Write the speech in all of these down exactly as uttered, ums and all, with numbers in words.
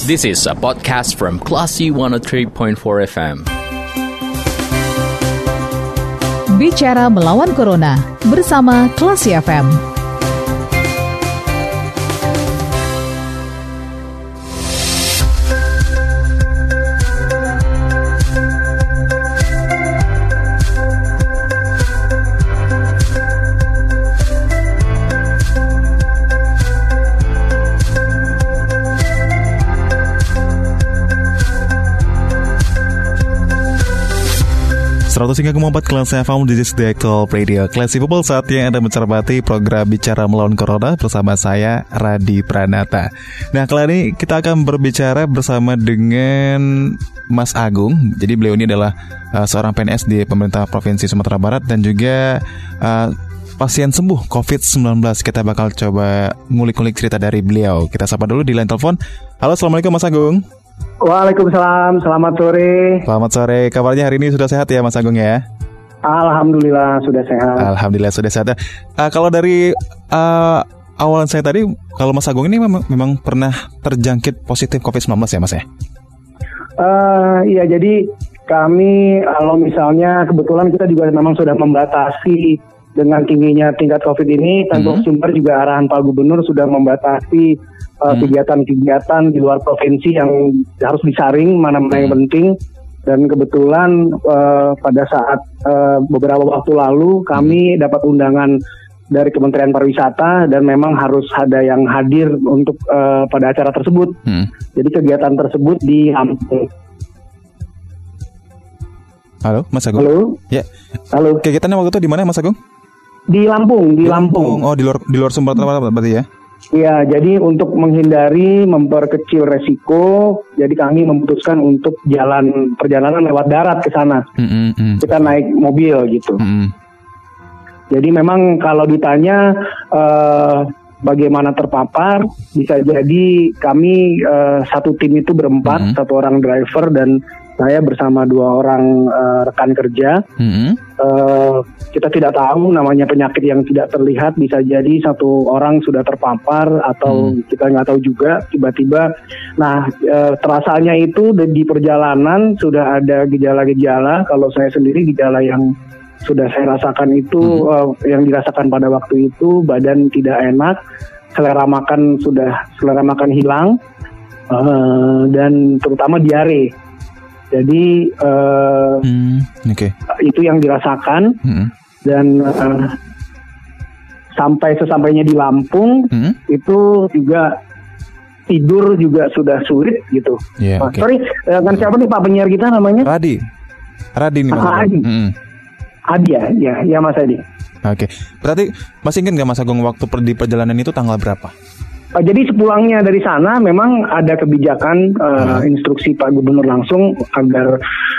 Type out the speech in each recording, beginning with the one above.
This is a podcast from Classy one oh three point four F M. Bicara melawan Corona bersama Classy F M. seratus tiga koma empat Classy F M, this is the actual radio Classy People. Saatnya Anda mencermati program Bicara Melawan Corona bersama saya, Radi Pranata. Nah, kali ini kita akan berbicara bersama dengan Mas Agung. Jadi beliau ini adalah uh, seorang P N S di pemerintah Provinsi Sumatera Barat dan juga uh, pasien sembuh covid sembilan belas. Kita bakal coba ngulik-ngulik cerita dari beliau. Kita sapa dulu di line telepon. Halo, Assalamualaikum Mas Agung. Waalaikumsalam, selamat sore. Selamat sore, kabarnya hari ini sudah sehat ya Mas Agung ya? Alhamdulillah sudah sehat. Alhamdulillah sudah sehat. Uh, kalau dari uh, awalan saya tadi, kalau Mas Agung ini memang, memang pernah terjangkit positif covid sembilan belas ya Mas ya? Uh, iya, jadi kami kalau misalnya kebetulan kita juga memang sudah membatasi dengan tingginya tingkat COVID ini, tentu mm-hmm. sumber juga arahan Pak Gubernur sudah membatasi uh, mm-hmm. kegiatan-kegiatan di luar provinsi yang harus disaring mana-mana mm-hmm. yang penting. Dan kebetulan uh, pada saat uh, beberapa waktu lalu kami mm-hmm. dapat undangan dari Kementerian Pariwisata dan memang harus ada yang hadir untuk uh, pada acara tersebut. Mm-hmm. Jadi kegiatan tersebut di Lampung. Halo, Mas Agung. Halo. Ya. Halo. Kegiatannya waktu itu di mana Mas Agung? Di Lampung, di, di Lampung. Lampung. Oh, di luar di luar Sumatera Barat berarti ya? Iya, jadi untuk menghindari memperkecil resiko, jadi kami memutuskan untuk jalan perjalanan lewat darat ke sana. Mm-hmm. Kita naik mobil gitu. Mm-hmm. Jadi memang kalau ditanya uh, bagaimana terpapar, bisa jadi kami uh, satu tim itu berempat, mm-hmm. satu orang driver dan saya bersama dua orang uh, rekan kerja. Mm-hmm. Uh, kita tidak tahu namanya penyakit yang tidak terlihat, bisa jadi satu orang sudah terpapar atau mm. kita nggak tahu juga tiba-tiba. Nah, uh, terasanya itu di perjalanan sudah ada gejala-gejala. Kalau saya sendiri gejala yang sudah saya rasakan itu mm. uh, yang dirasakan pada waktu itu badan tidak enak, selera makan sudah selera makan hilang uh, dan terutama diare. Jadi uh, hmm, okay. itu yang dirasakan hmm. dan uh, sampai sesampainya di Lampung hmm. itu juga tidur juga sudah sulit gitu. Yeah, oh, okay. Sorry, dengan siapa nih Pak penyiar kita namanya? Radi, Radi nih Mas. Ah, Adi, hmm. Adi ya, ya, ya Mas Adi. Oke, okay. Berarti masih ingat nggak Mas Agung waktu per, di perjalanan itu tanggal berapa? Uh, jadi sepulangnya dari sana memang ada kebijakan uh, hmm. instruksi Pak Gubernur langsung agar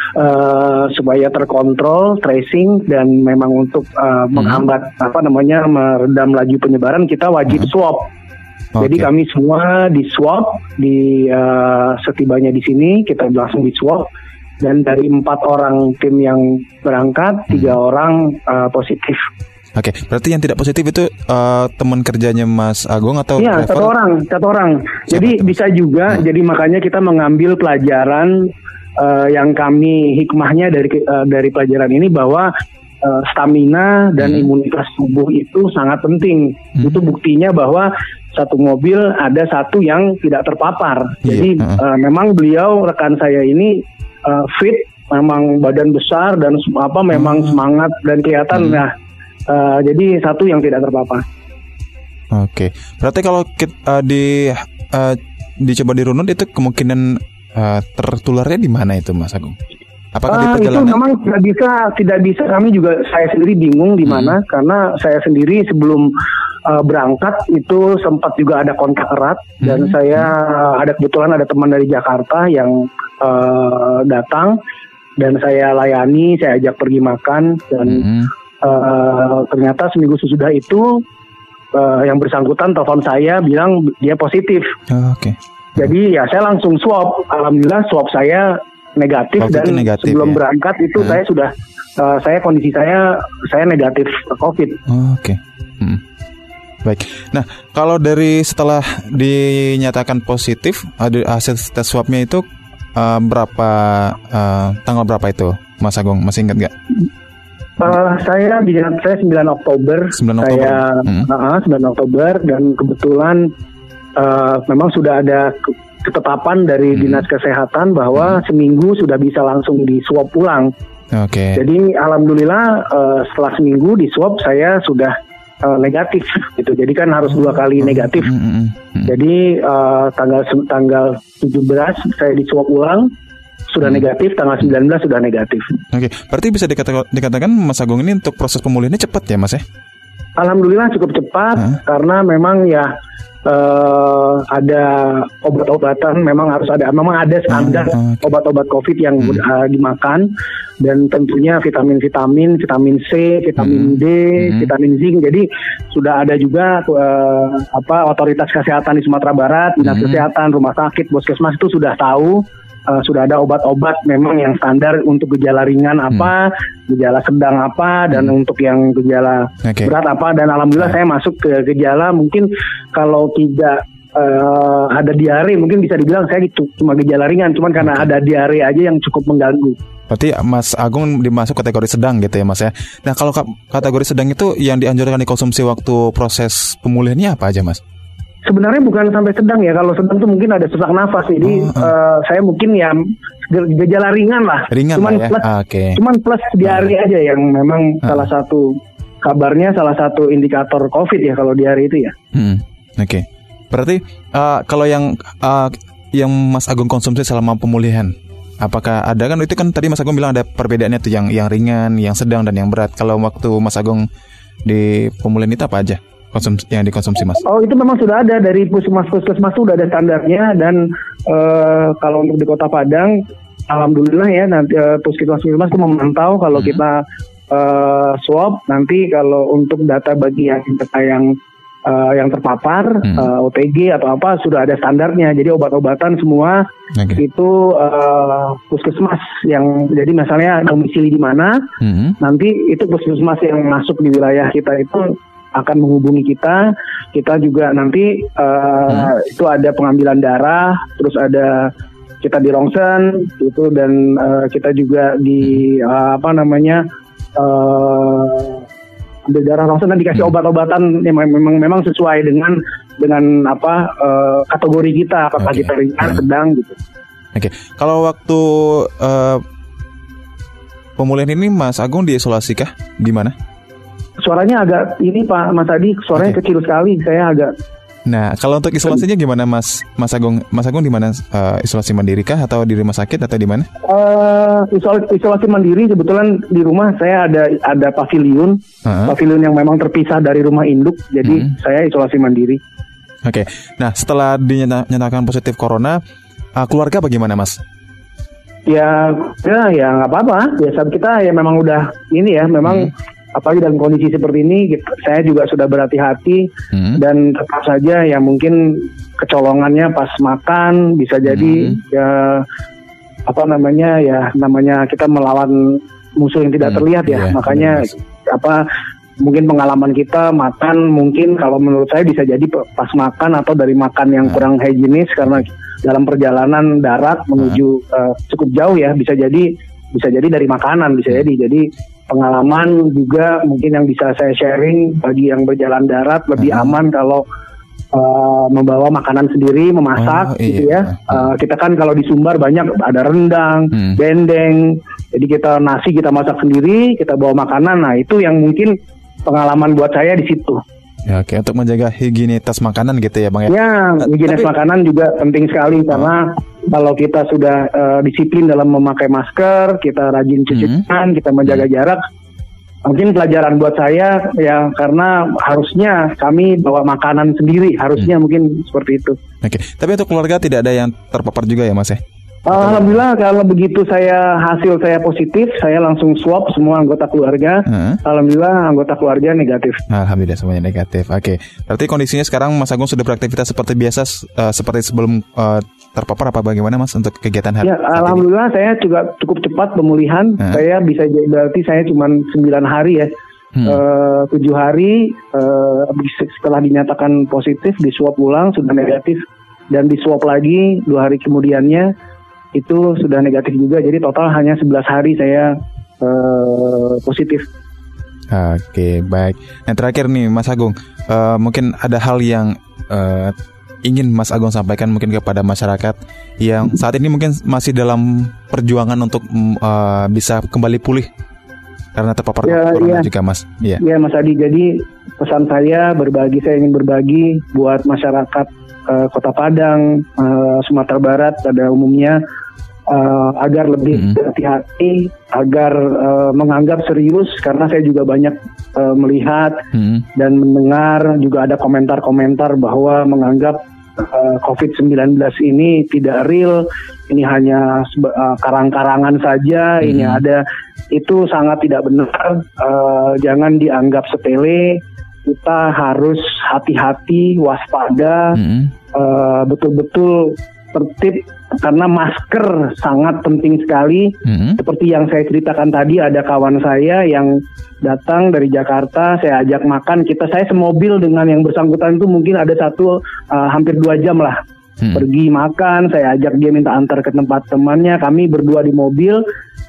uh, supaya terkontrol tracing dan memang untuk uh, hmm. menghambat apa namanya meredam laju penyebaran kita wajib hmm. swab. Okay. Jadi kami semua di swab di uh, setibanya di sini kita langsung di swab dan dari empat orang tim yang berangkat hmm. tiga orang uh, positif. Oke, okay, berarti yang tidak positif itu uh, teman kerjanya Mas Agung atau Iya, driver? satu orang, satu orang. Siapa jadi itu? Bisa juga, hmm. jadi makanya kita mengambil pelajaran uh, yang kami hikmahnya dari uh, dari pelajaran ini bahwa uh, stamina dan hmm. imunitas tubuh itu sangat penting. Hmm. Itu buktinya bahwa satu mobil ada satu yang tidak terpapar. Yeah. Jadi uh-huh. uh, memang beliau rekan saya ini uh, fit, memang badan besar dan apa memang uh-huh. semangat dan kelihatan hmm. nah. Uh, jadi satu yang tidak terpapar. Oke, berarti kalau kita, uh, di uh, dicoba dirunut itu kemungkinan uh, tertularnya di mana itu Mas Agung? Apakah uh, di perjalanan? Itu memang tidak bisa, tidak bisa. Kami juga saya sendiri bingung di mana hmm. karena saya sendiri sebelum uh, berangkat itu sempat juga ada kontak erat hmm. dan saya uh, ada kebetulan ada teman dari Jakarta yang uh, datang dan saya layani, saya ajak pergi makan dan. Hmm. Uh, ternyata seminggu sesudah itu uh, yang bersangkutan telepon saya bilang dia positif. Oh, Oke. Okay. Jadi ya saya langsung swab. Alhamdulillah swab saya negatif waktu dan negatif, sebelum ya? berangkat itu hmm. saya sudah uh, saya kondisi saya saya negatif COVID. Oh, Oke. Okay. Hmm. Baik. Nah, kalau dari setelah dinyatakan positif, ada hasil tes swabnya itu uh, berapa uh, tanggal berapa itu, Mas Agung? Masih ingat nggak? Uh, saya di saya sembilan Oktober. sembilan Oktober. Saya hmm. uh, sembilan Oktober dan kebetulan uh, memang sudah ada ketetapan dari hmm. Dinas Kesehatan bahwa hmm. seminggu sudah bisa langsung di swab ulang. Oke. Okay. Jadi alhamdulillah uh, setelah seminggu di swab saya sudah uh, negatif gitu. Jadi kan harus dua kali negatif. Hmm. Hmm. Jadi uh, tanggal tanggal tujuh belas saya di swab ulang sudah hmm. negatif, tanggal sembilan belas sudah negatif. Oke, okay. Berarti bisa dikatakan, dikatakan Mas Agung ini untuk proses pemulihannya cepat ya Mas ya? Alhamdulillah cukup cepat huh? karena memang ya uh, ada obat-obatan, memang harus ada, memang ada standar hmm, okay. obat-obat COVID yang hmm. uh, dimakan, dan tentunya vitamin-vitamin, vitamin C, vitamin hmm. D, hmm. vitamin zinc. Jadi sudah ada juga uh, apa otoritas kesehatan di Sumatera Barat, dinas hmm. kesehatan, rumah sakit, puskesmas itu sudah tahu. Uh, sudah ada obat-obat memang yang standar untuk gejala ringan apa, hmm. gejala sedang apa, dan hmm. untuk yang gejala okay. berat apa. Dan alhamdulillah nah. saya masuk ke gejala, mungkin kalau tidak uh, ada diare, mungkin bisa dibilang saya itu cuma gejala ringan, cuman karena okay. ada diare aja yang cukup mengganggu. Berarti Mas Agung dimasuk kategori sedang gitu ya Mas ya. Nah kalau kategori sedang itu yang dianjurkan dikonsumsi waktu proses pemulihannya apa aja Mas? Sebenarnya bukan sampai sedang ya. Kalau sedang tuh mungkin ada sesak nafas. Jadi oh, oh. Uh, saya mungkin ya gejala ringan lah. Ringan cuman lah ya. Plus, ah, okay. Cuman plus diare oh. aja yang memang oh. salah satu kabarnya salah satu indikator COVID ya kalau diare itu ya. Hmm. Oke. Okay. Berarti uh, kalau yang uh, yang Mas Agung konsumsi selama pemulihan, apakah ada kan itu kan tadi Mas Agung bilang ada perbedaannya tuh yang yang ringan, yang sedang dan yang berat. Kalau waktu Mas Agung di pemulihan itu apa aja? Konsumsi, yang dikonsumsi Mas? Oh itu memang sudah ada dari puskesmas-puskesmas sudah ada standarnya, dan uh, kalau untuk di Kota Padang, alhamdulillah ya nanti uh, puskesmas-puskesmas itu memantau kalau hmm. kita uh, swab, nanti kalau untuk data bagi yang yang uh, yang terpapar hmm. uh, O T G atau apa sudah ada standarnya. Jadi obat-obatan semua okay. itu uh, puskesmas yang jadi misalnya domisili di mana, hmm. nanti itu puskesmas yang masuk di wilayah kita itu akan menghubungi kita. Kita juga nanti uh, hmm. itu ada pengambilan darah, terus ada kita di rongsen itu, dan uh, kita juga di uh, apa namanya uh, ambil darah rongsen dan dikasih hmm. obat-obatan yang memang memang sesuai dengan dengan apa uh, kategori kita, apakah okay. kita ringan, hmm. sedang gitu. Oke, okay. Kalau waktu uh, pemulihan ini Mas Agung diisolasi kah? Gimana? Suaranya agak ini Pak Mas Adi, suaranya okay. kecil sekali. Saya agak. Nah, kalau untuk isolasinya gimana Mas Mas Agung? Mas Agung di mana? Uh, isolasi mandiri kah atau di rumah sakit atau di mana? Uh, isolasi, isolasi mandiri, kebetulan di rumah saya ada ada pavilion, uh-huh. pavilion yang memang terpisah dari rumah induk. Jadi uh-huh. saya isolasi mandiri. Oke. Okay. Nah, setelah dinyatakan positif corona, uh, keluarga bagaimana Mas? Ya, ya, ya nggak apa-apa. Biasa kita ya memang udah ini ya, memang. Hmm. Apalagi dalam kondisi seperti ini, gitu, saya juga sudah berhati-hati hmm. dan tetap saja ya mungkin kecolongannya pas makan bisa jadi hmm. ya apa namanya ya namanya kita melawan musuh yang tidak hmm. terlihat ya, yeah, makanya yeah. apa mungkin pengalaman kita makan mungkin kalau menurut saya bisa jadi pas makan atau dari makan yang hmm. kurang higienis karena dalam perjalanan darat menuju hmm. uh, cukup jauh ya, bisa jadi bisa jadi dari makanan, bisa jadi jadi pengalaman juga mungkin yang bisa saya sharing bagi yang berjalan darat lebih uh-huh. aman kalau uh, membawa makanan sendiri, memasak oh, gitu iya. ya. Uh, kita kan kalau di Sumbar banyak ada rendang, hmm. dendeng, jadi kita nasi kita masak sendiri, kita bawa makanan. Nah itu yang mungkin pengalaman buat saya di situ. Ya, oke, untuk menjaga higienitas makanan gitu ya Bang ya. Ya, higienitas Tapi... makanan juga penting sekali karena oh. kalau kita sudah uh, disiplin dalam memakai masker, kita rajin cuci tangan, hmm. kita menjaga hmm. jarak. Mungkin pelajaran buat saya ya karena harusnya kami bawa makanan sendiri, harusnya hmm. mungkin seperti itu. Oke, tapi untuk keluarga tidak ada yang terpapar juga ya Mas ya? Alhamdulillah kalau begitu saya hasil saya positif, saya langsung swab semua anggota keluarga. Hmm. Alhamdulillah anggota keluarga negatif. Alhamdulillah semuanya negatif. Oke, berarti kondisinya sekarang Mas Agung sudah beraktivitas seperti biasa uh, seperti sebelum uh, terpapar apa bagaimana Mas untuk kegiatan hari? Ya, alhamdulillah ini? Saya juga cukup cepat pemulihan. Hmm. Saya bisa berarti saya cuma sembilan hari ya. hmm. uh, tujuh hari uh, setelah dinyatakan positif, di swab ulang sudah negatif, dan di swab lagi dua hari kemudiannya itu sudah negatif juga. Jadi total hanya sebelas hari saya uh, positif. Oke, baik. Yang terakhir nih Mas Agung, uh, mungkin ada hal yang uh, ingin Mas Agung sampaikan mungkin kepada masyarakat yang saat ini mungkin masih dalam perjuangan untuk uh, bisa kembali pulih karena terpapar ya, corona ya. juga Mas. Iya, ya, Mas Adi. Jadi pesan saya berbagi, saya ingin berbagi buat masyarakat uh, Kota Padang, uh, Sumatera Barat pada umumnya, Uh, agar lebih mm-hmm. hati-hati, agar uh, menganggap serius, karena saya juga banyak uh, melihat mm-hmm. dan mendengar juga ada komentar-komentar bahwa menganggap uh, covid sembilan belas ini tidak real, ini hanya uh, karang-karangan saja, mm-hmm. ini ada, itu sangat tidak benar. Uh, jangan dianggap sepele, kita harus hati-hati, waspada, mm-hmm. uh, betul-betul tertib, karena masker sangat penting sekali. Mm-hmm. Seperti yang saya ceritakan tadi, ada kawan saya yang datang dari Jakarta, saya ajak makan, kita saya semobil dengan yang bersangkutan itu mungkin ada satu uh, hampir dua jam lah. Mm-hmm. Pergi makan, saya ajak dia minta antar ke tempat temannya, kami berdua di mobil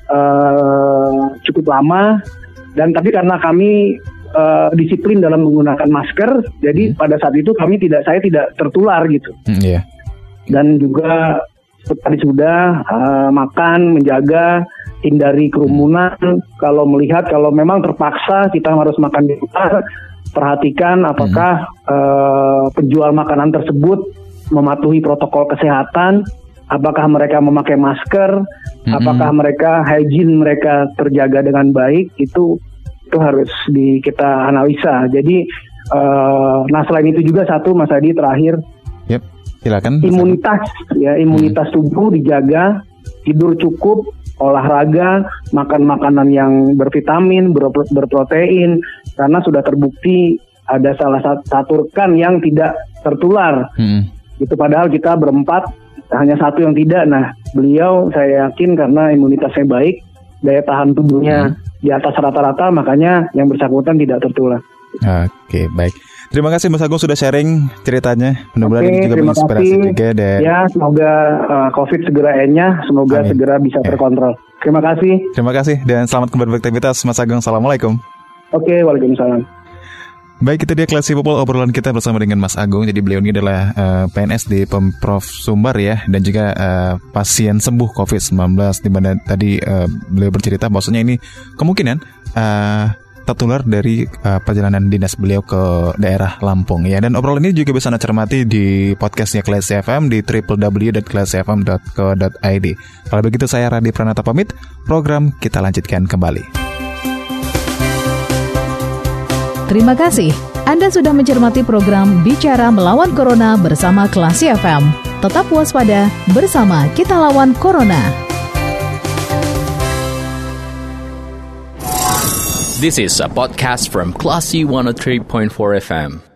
uh, cukup lama, dan tapi karena kami uh, disiplin dalam menggunakan masker, jadi mm-hmm. pada saat itu kami tidak, saya tidak tertular gitu. Mm-hmm. Yeah. Dan juga tadi sudah uh, makan, menjaga, hindari kerumunan. Kalau melihat, kalau memang terpaksa kita harus makan di luar, perhatikan apakah hmm. uh, penjual makanan tersebut mematuhi protokol kesehatan, apakah mereka memakai masker, hmm. apakah mereka hygiene mereka terjaga dengan baik. Itu itu harus di kita analisa. Jadi, uh, nah selain itu juga satu, Mas Adi, terakhir. Yep. Silakan. Imunitas ya, imunitas hmm. tubuh dijaga, tidur cukup, olahraga, makan makanan yang bervitamin, ber- berprotein, karena sudah terbukti ada salah satu rekan yang tidak tertular. Hmm. Itu padahal kita berempat, hanya satu yang tidak. Nah, beliau saya yakin karena imunitasnya baik, daya tahan tubuhnya hmm. di atas rata-rata, makanya yang bersangkutan tidak tertular. Oke, baik. Terima kasih Mas Agung sudah sharing ceritanya. Mudah-mudahan Oke, ini juga menginspirasi juga deh. Ya, semoga uh, COVID segera enyah, semoga Amin. segera bisa ya. terkontrol. Terima kasih. Terima kasih dan selamat kembali beraktivitas Mas Agung. Assalamualaikum. Oke, waalaikumsalam. Baik, itu dia Classy People, obrolan kita bersama dengan Mas Agung. Jadi beliau ini adalah uh, P N S di Pemprov Sumbar ya, dan juga uh, pasien sembuh covid sembilan belas, di mana tadi uh, beliau bercerita bahwasanya ini kemungkinan uh, tertular dari uh, perjalanan dinas beliau ke daerah Lampung ya. Dan obrolan ini juga bisa Anda cermati di podcastnya Classy F M di w w w dot classy f m dot co dot i d. Kalau begitu saya Radi Pranata pamit, program kita lanjutkan kembali. Terima kasih. Anda sudah mencermati program Bicara Melawan Corona bersama Classy F M. Tetap waspada, bersama kita lawan Corona. This is a podcast from Classy one oh three point four F M.